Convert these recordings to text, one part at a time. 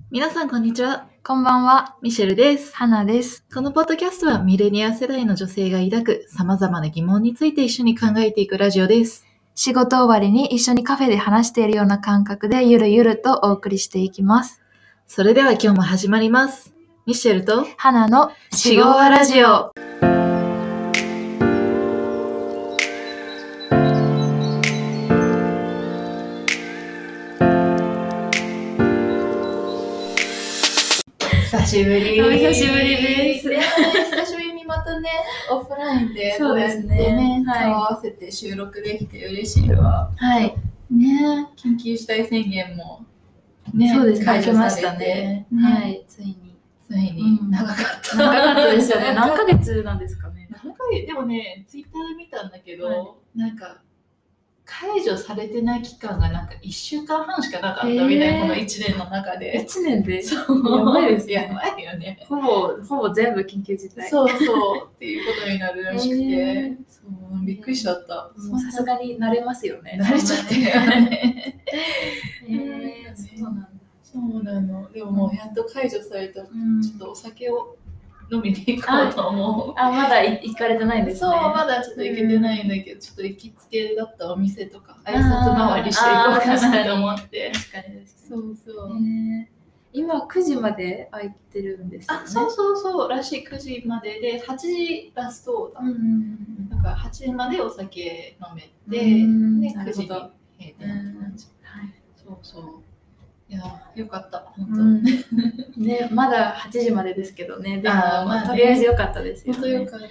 皆さんこんにちは。 こんばんは、 ミシェルです。 花です。 このポッドキャストはミレニア世代の女性が抱く様々な疑問について一緒に考えていくラジオです。 仕事終わりに一緒にカフェで話しているような感覚でゆるゆるとお送りしていきます。 それでは今日も始まります。ミシェルと花のシゴワラジオ。久しぶり。 お久しぶりです。 久しぶりにまたね、オフラインでこうやってね、顔合わせて収録できて嬉しいわ。 はい。 ね、緊急事態宣言もね、 そうですね、 解除されて明けましたね。 ね、 はい、ついに。 長かった。 長かったですよね。何ヶ月なんですかね。 何ヶ月でもね、ツイッターで見たんだけど、なんか解除されてない期間がなんか1週間半しかなかったみたいな、この1年の中で。 1年でそうやばいですね。 やばいよね。 ほぼ全部緊急事態。 そうっていうことになるらしくて、そうびっくりしちゃった。 さすがに慣れますよね。 慣れちゃってるよね。そうなの。でももうやっと解除された。ちょっとお酒を飲みに行こうと思う。 まだ行かれてないんですね。 そう、まだちょっと行けてないんだけど、ちょっと行きつけだったお店とか挨拶回りしていこうかなと思って。 確かに。 そう。 今9時まで空いてるんですよね。 そうらしい。9時までで8時ラストだ。だから8時までお酒飲めて、で9時に閉店って感じ。そう。いやよかった本当。 ね、まだ8時までですけどね。でもとりあえず良かったですよね。 本当良かった。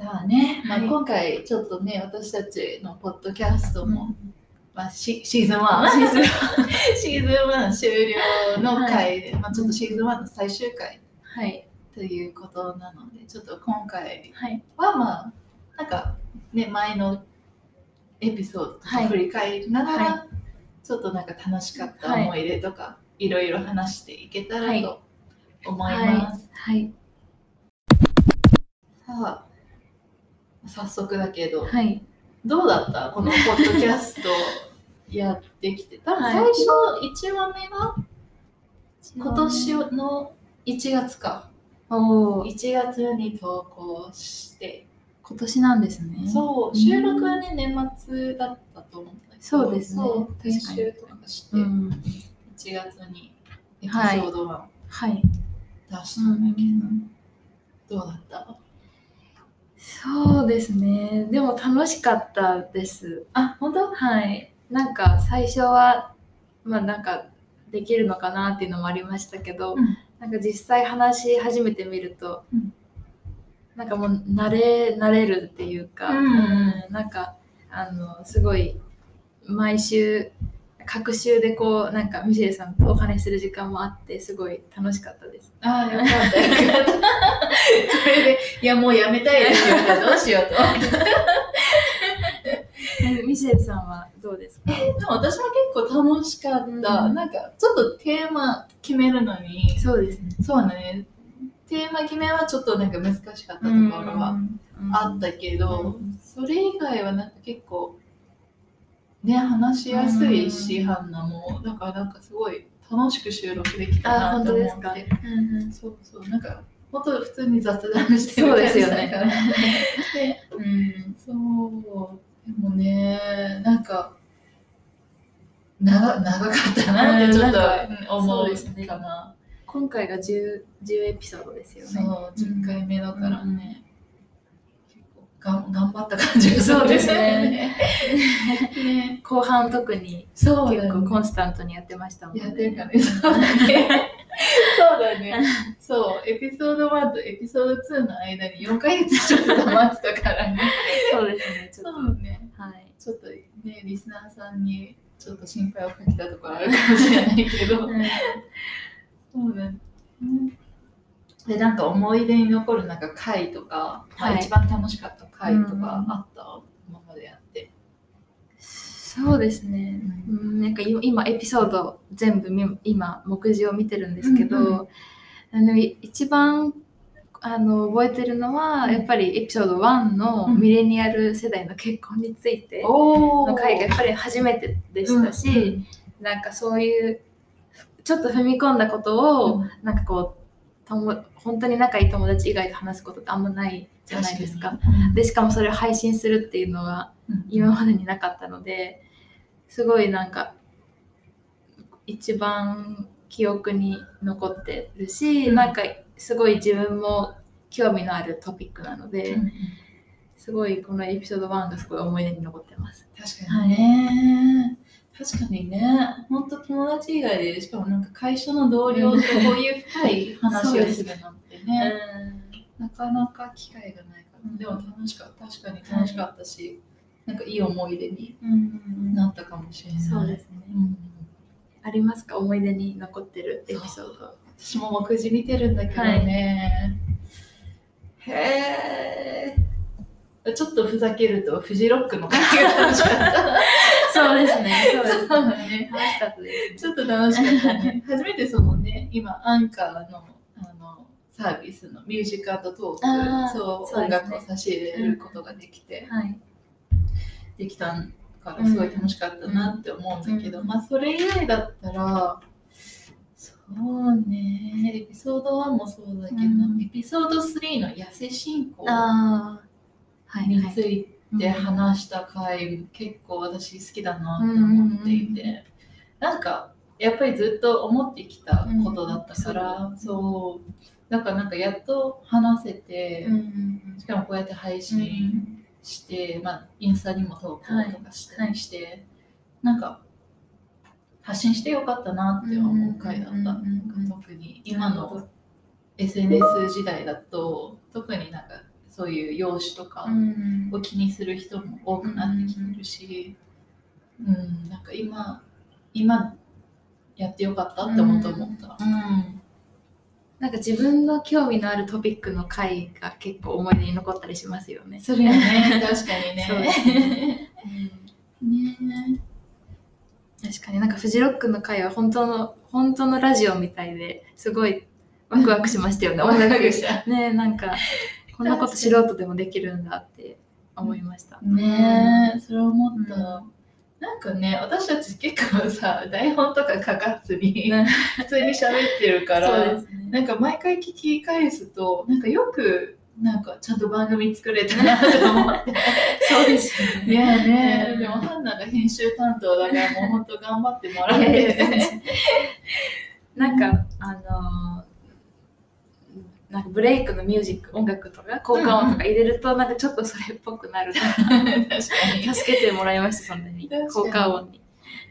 さあね、今回ちょっとね、私たちのポッドキャストも、シーズン1終了の回で、ちょっとシーズン1の最終回ということなので、ちょっと今回はなんかね、前のエピソードとか振り返りながら、ちょっとなんか楽しかった思い出とか、いろいろ話していけたらと思います。さあ、早速だけど、どうだったこのポッドキャストやってきて。多分最初1話目が今年の1月か。1月に投稿して。 今年なんですね。 そう、収録はね、年末だったと思うんだけど。 そうですね。 編集とかして、1月にエピソード1出したんだけど、どうだった？ そうですね。でも楽しかったです。 本当？ はい。なんか最初はなんかできるのかなっていうのもありましたけど、なんか実際話し始めてみると、なんかもう慣れるっていうか、なんかすごい毎週各週でこうなんかミシェルさんとお話しする時間もあってすごい楽しかったです。 よかった。それでいやもうやめたいですよ。どうしようと思って。 ミシェルさんはどうですか？ でも私も結構楽しかった。なんかちょっとテーマ決めるのに、 そうですね。 そうだね。テーマ決めはちょっとなんか難しかったところはあったけど、それ以外はなんか結構ね、話しやすいし、ハンナもだからなんかすごい楽しく収録できたなと思って。そうなんか本当普通に雑談してる感じだからでもね、なんか長かったなってちょっと思うかな。 今回が10エピソードですよね。 そう、10回目だからね。結構頑張った感じがする。 そうですね。後半特に結構コンスタントにやってましたもんね。 やってるからね。そうだね。そう、エピソード1とエピソード2の間に4ヶ月ちょっと黙ってたからね。 そうですね。 そうね。ちょっとね、リスナーさんにちょっと心配をかけたところあるかもしれないけど。そうだね。で、なんか思い出に残るなんか回とか、一番楽しかった回とかあった？今までやって。 そうですね。なんか今エピソード全部今目次を見てるんですけど、一番覚えてるのはやっぱりエピソード1のミレニアル世代の結婚についての回がやっぱり初めてでしたし、なんかそういうちょっと踏み込んだことを、 うんなんかこう本当に仲いい友達以外と話すことってあんまないじゃないですか。でしかもそれを配信するっていうのは今までになかったので、すごいなんか一番記憶に残ってるし、なんかすごい自分も興味のあるトピックなので、すごいこのエピソード1がすごい思い出に残ってます。 確かにね、確かにね、本当友達以外で、しかもなんか会社の同僚とこういう深い話をするなんてね、なかなか機会がないから、でも楽しかった、確かに楽しかったし、なんかいい思い出になったかもしれない。 そうですね。ありますか、思い出に残ってるエピソード。 私も目次見てるんだけどね、へー、ちょっとふざけるとフジロックの会が楽しかったそうですね、そうですね、 楽しかったです。 ちょっと楽しかったね。初めてそのね、今アンカーのサービスのミュージック&トーク、そう音楽を差し入れることができて、できたからすごい楽しかったなって思うんだけど、まあそれ以外だったら、そうね、エピソード1もそうだけど、エピソード3の痩せ進行について話した回、結構私好きだなって思っていて、なんかやっぱりずっと思ってきたことだったから、そうだからなんかやっと話せて、しかもこうやって配信して、まあインスタにも投稿とかしたりして、なんか発信してよかったなって思う回だった。特に今の SNS 時代だと、特になんかそういう容姿とかを気にする人も多くなってきてるし、なんか今やってよかったって思った。 なんか自分の興味のあるトピックの回が結構思い出に残ったりしますよね。 それよね、確かにね。 確かになんかフジロックの回は本当のラジオみたいですごいワクワクしましたよね。音楽ね、なんかこんなこと素人でもできるんだって思いました。 ね、それ思った。なんかね、私たち結構さ、台本とか書かずに普通に喋ってるから、なんか毎回聞き返すと、なんかよくなんかちゃんと番組作れたなと思って。 そうですよね。 いやね、でもハンナが編集担当だからもう本当頑張ってもらって。 なんかなんかブレイクのミュージック、音楽とか効果音とか入れるとなんかちょっとそれっぽくなるから、 確かに助けてもらいました、そんなに効果音に。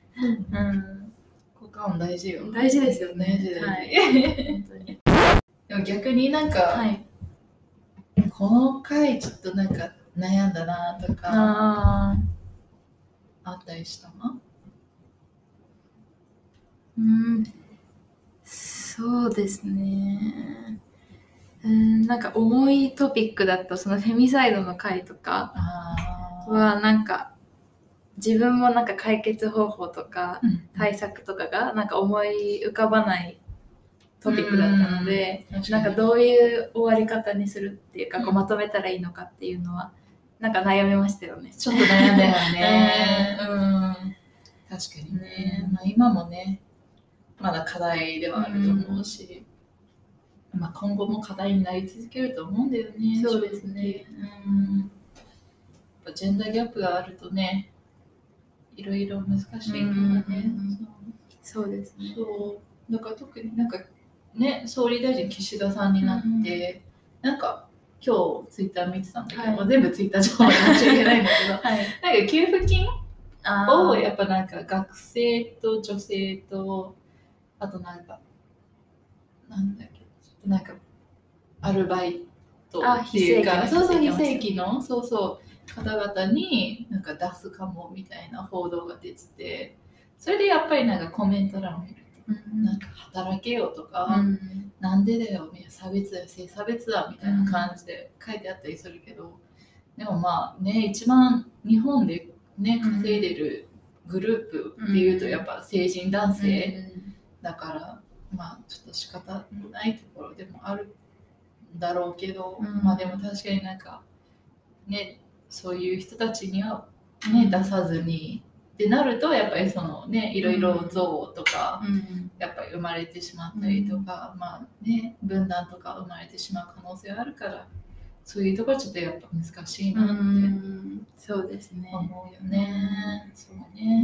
効果音大事よ。 大事ですよね。 本当に。でも逆になんか、この回ちょっとなんか悩んだなとかあったりしたの？ そうですね。なんか重いトピックだとそのフェミサイドの回とかはなんか自分もなんか解決方法とか対策とかがなんか思い浮かばないトピックだったので、なんかどういう終わり方にするっていうか、こうまとめたらいいのかっていうのはなんか悩みましたよね。 ちょっと悩んだよね。確かにね。まあ今もね、まだ課題ではあると思うし、まあ今後も課題になり続けると思うんだよね。 そうですね。 ジェンダーギャップがあるとね、いろいろ難しいからね。 そうですね。 だから特になんかね、総理大臣岸田さんになって、なんか今日ツイッター見てたんだけど、全部ツイッター情報になっちゃいけないんだけど、なんか給付金をやっぱなんか学生と女性とあとなんだっけ、なんかアルバイトっていうか、非正規の方々になんか出すかもみたいな報道が出てて、それでやっぱりなんかコメント欄を見ると、なんか働けよとか、なんでだよみたいな、差別だよ、性差別だみたいな感じで書いてあったりするけど、でもまあね、一番日本でね稼いでるグループっていうとやっぱ成人男性だから、まあちょっと仕方ないところでもあるんだろうけど、まあでも確かになんかね、そういう人たちにはね、出さずに、 ってなるとやっぱりそのねいろいろ憎悪とか、やっぱり生まれてしまったりとか、まあね分断とか生まれてしまう可能性があるから、そういうところちょっとやっぱ難しいなってそうですね思うよね。そうね。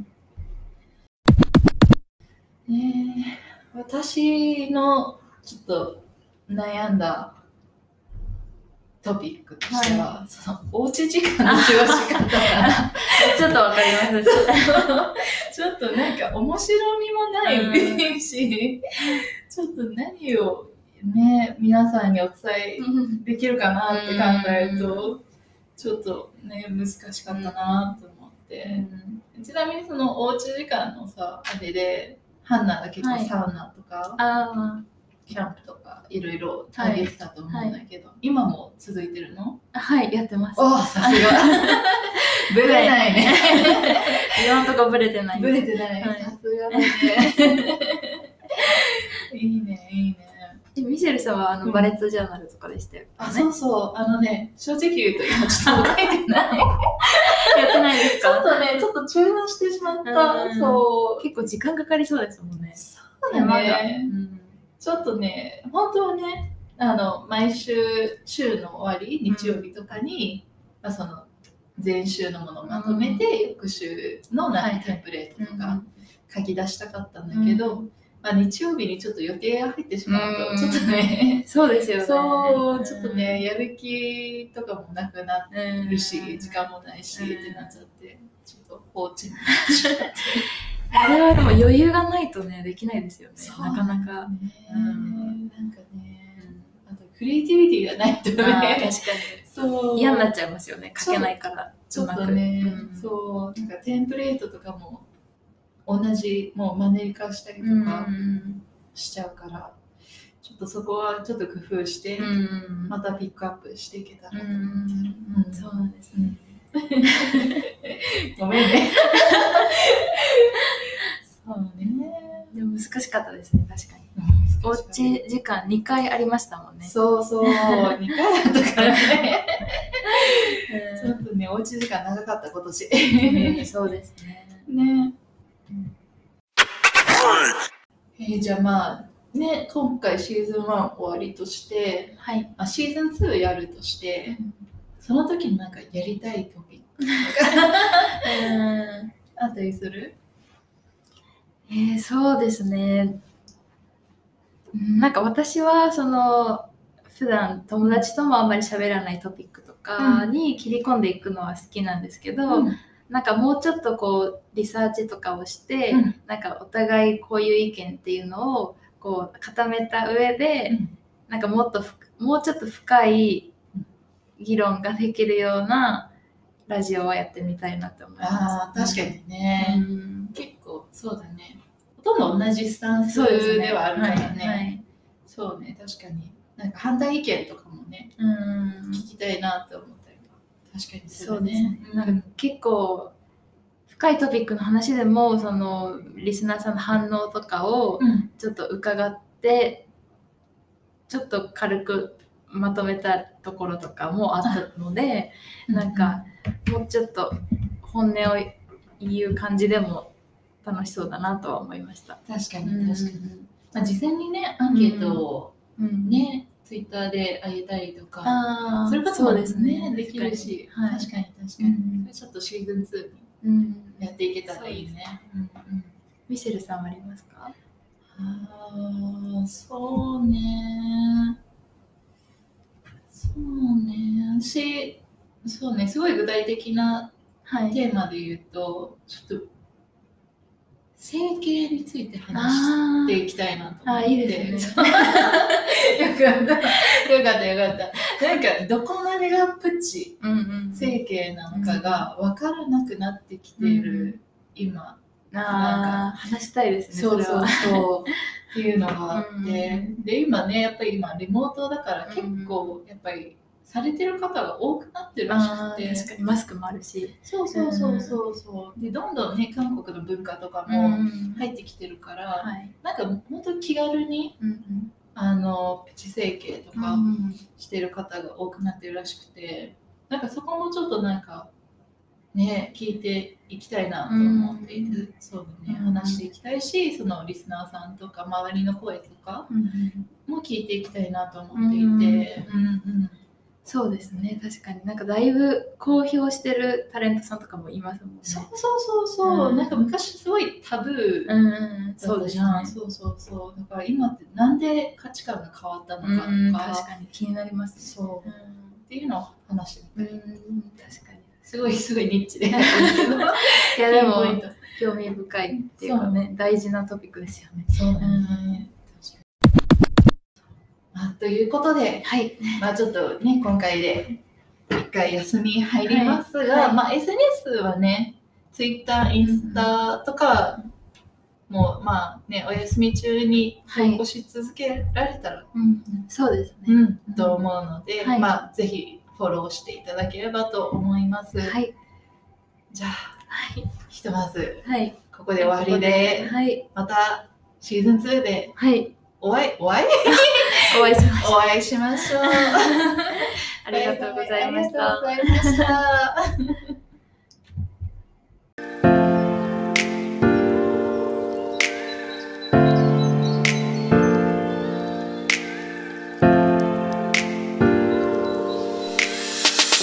ねえ、私のちょっと悩んだトピックとしては、そのおうち時間の過ごし方がちょっとわかりますちょっとなんか面白みもないし、ちょっと何をね皆さんにお伝えできるかなって考えると、ちょっとね難しかったなと思って、ちなみにそのおうち時間のさあれでハンナが結構サウナとか、キャンプとかいろいろあげてたと思うんだけど、今も続いてるの？ はい、やってます。 お、さすがブレないね今のところブレてない。 ブレてない、さすがだねいいねいいね。 ミシェルさんはバレットジャーナルとかでしたよね。 そうそう、正直言うと今ちょっと書いてないやってないですか？ ちょっと中断してしまった。そう、 結構時間かかりそうですもんね。 そうだね、ちょっとね、本当はね、毎週週の終わり、日曜日とかに、その前週のものをまとめて、翌週のテンプレートとか書き出したかったんだけど、日曜日にちょっと予定が入ってしまうと、ちょっとね、 そうですよね。 そう、ちょっとね、やる気とかもなくなるし、時間もないしってなっちゃって、ちょっと放置になっちゃって。 あれはでも余裕がないとね、できないですよね。なかなか。 なんかね、あとクリエイティビティがないとね、確かにそう嫌になっちゃいますよね。書けないから。 ちょっとね、そうなんかテンプレートとかも同じもうマネリ化したりとかしちゃうから、ちょっとそこはちょっと工夫して、またピックアップしていけたらと思ってる。 そうなんですね。 ごめんね。そうね。 でも難しかったですね、確かに。おうち時間2回ありましたもんね。 そうそう、2回だったからね。ちょっとね、おうち時間長かった今年。 そうですね。 ね。じゃあまあね、今回シーズン1終わりとして、シーズン2やるとして、その時になんかやりたいトピックとかあったりする？ そうですね。なんか私はその普段友達ともあんまり喋らないトピックとかに切り込んでいくのは好きなんですけど、なんかもうちょっとこうリサーチとかをして、なんかお互いこういう意見っていうのをこう固めた上で、なんかもうちょっと深い議論ができるようなラジオをやってみたいなと思います。 確かにね、結構そうだね。ほとんど同じスタンスではあるからね。そうね、確かに。なんか反対意見とかもね、聞きたいなと思ったり。確かにそうね。 なんか結構深いトピックの話でもそのリスナーさんの反応とかをちょっと伺って、ちょっと軽くまとめたところとかもあったので、なんかもうちょっと本音を言う感じでも楽しそうだなとは思いました。 確かに確かに。事前にね、アンケートをね、ツイッターであげたりとか、それこそですね、できるし、確かに確かに。ちょっとシーズン2にやっていけたらいいね。 ミシェルさんはありますか？ そうね。そうね、すごい具体的なテーマで言うと、ちょっと整形について話していきたいなと思って。 いいですね。 よかった。なんかどこまでがプチ整形なのかが分からなくなってきている今。 なんか話したいですね。 そうっていうのがあって、で今ねやっぱり今リモートだから結構やっぱりされてる方が多くなってるらしくて、 確かにマスクもあるし、 そうでどんどんね韓国の文化とかも入ってきてるから、なんか本当に気軽にプチ整形とかしてる方が多くなってるらしくて、なんかそこもちょっとなんかね、聞いていきたいなと思っていて、そうだね、話していきたいし、そのリスナーさんとか周りの声とかも聞いていきたいなと思っていて、 そうですね、確かになんかだいぶ公表してるタレントさんとかもいますもんね。 そう、なんか昔すごいタブーだったじゃん。そうだから今ってなんで価値観が変わったのかとか、 確かに気になりますね。 そうっていうのを話してみたい。 確かにすごいニッチでいやでも興味深いっていうかね、大事なトピックですよね。 そうだね。ということで、ちょっとね、今回で1回休み入りますが、SNS はね、Twitter、インスタとかもお休み中に投稿し続けられたら、 そうですね、 と思うので、ぜひフォローしていただければと思います。じゃあ、ひとまずここで終わりで、またシーズン2でお会いしましょう。 ありがとうございました。